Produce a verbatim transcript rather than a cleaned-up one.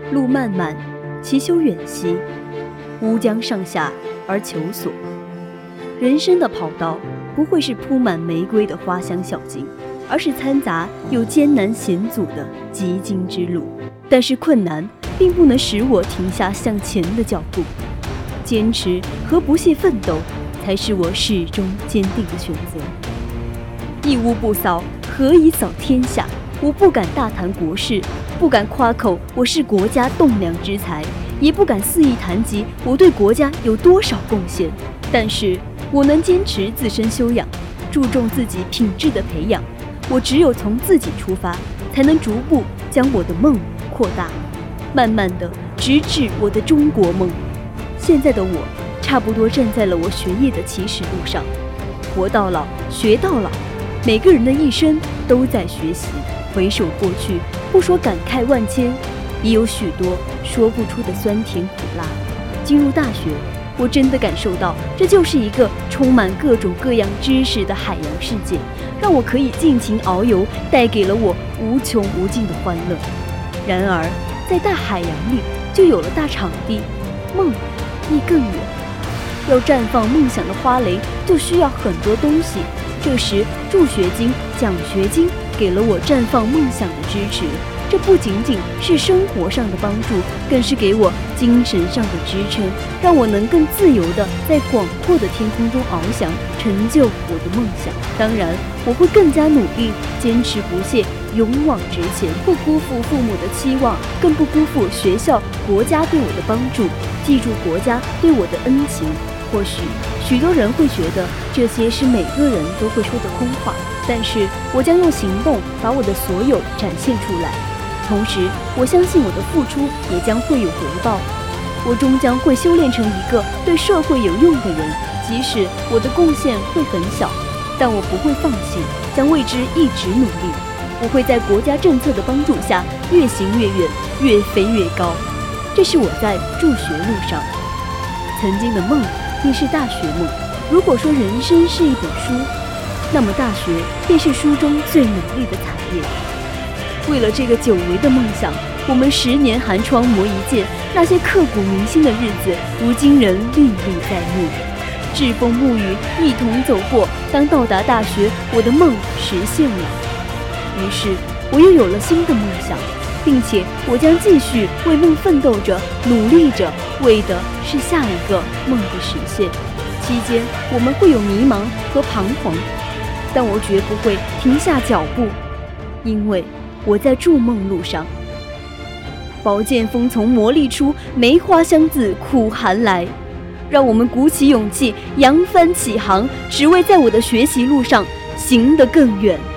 路漫漫，其修远兮，吾将上下而求索。人生的跑道不会是铺满玫瑰的花香小径，而是掺杂有艰难险阻的极经之路。但是困难并不能使我停下向前的脚步，坚持和不懈奋斗才是我始终坚定的选择。一屋不扫，何以扫天下？我不敢大谈国事，不敢夸口我是国家栋梁之才，也不敢肆意谈及我对国家有多少贡献。但是我能坚持自身修养，注重自己品质的培养。我只有从自己出发，才能逐步将我的梦扩大，慢慢的直至我的中国梦。现在的我差不多站在了我学业的起始路上，活到老，学到老。每个人的一生都在学习。回首过去，不说感慨万千，也有许多说不出的酸甜苦辣。进入大学，我真的感受到这就是一个充满各种各样知识的海洋世界，让我可以尽情遨游，带给了我无穷无尽的欢乐。然而在大海洋里就有了大场地，梦亦更远。要绽放梦想的花蕾，就需要很多东西。这时助学金、奖学金给了我绽放梦想的支持，这不仅仅是生活上的帮助，更是给我精神上的支撑，让我能更自由地在广阔的天空中翱翔，成就我的梦想。当然我会更加努力，坚持不懈，勇往直前，不辜负父母的期望，更不辜负学校、国家对我的帮助，记住国家对我的恩情。或许许多人会觉得这些是每个人都会说的空话，但是我将用行动把我的所有展现出来。同时我相信我的付出也将会有回报，我终将会修炼成一个对社会有用的人。即使我的贡献会很小，但我不会放弃，将为之一直努力。我会在国家政策的帮助下越行越远，越飞越高。这是我在助学路上曾经的梦，便是大学梦。如果说人生是一本书，那么大学便是书中最美丽的彩页。为了这个久违的梦想，我们十年寒窗磨一剑，那些刻骨铭心的日子，如今仍历历在目。栉风沐雨，一同走过。当到达大学，我的梦实现了。于是我又有了新的梦想，并且我将继续为梦奋斗着，努力着，为的是下一个梦的实现。期间我们会有迷茫和彷徨，但我绝不会停下脚步，因为我在筑梦路上。宝剑锋从磨砺出，梅花香自苦寒来。让我们鼓起勇气，扬帆起航，只为在我的学习路上行得更远。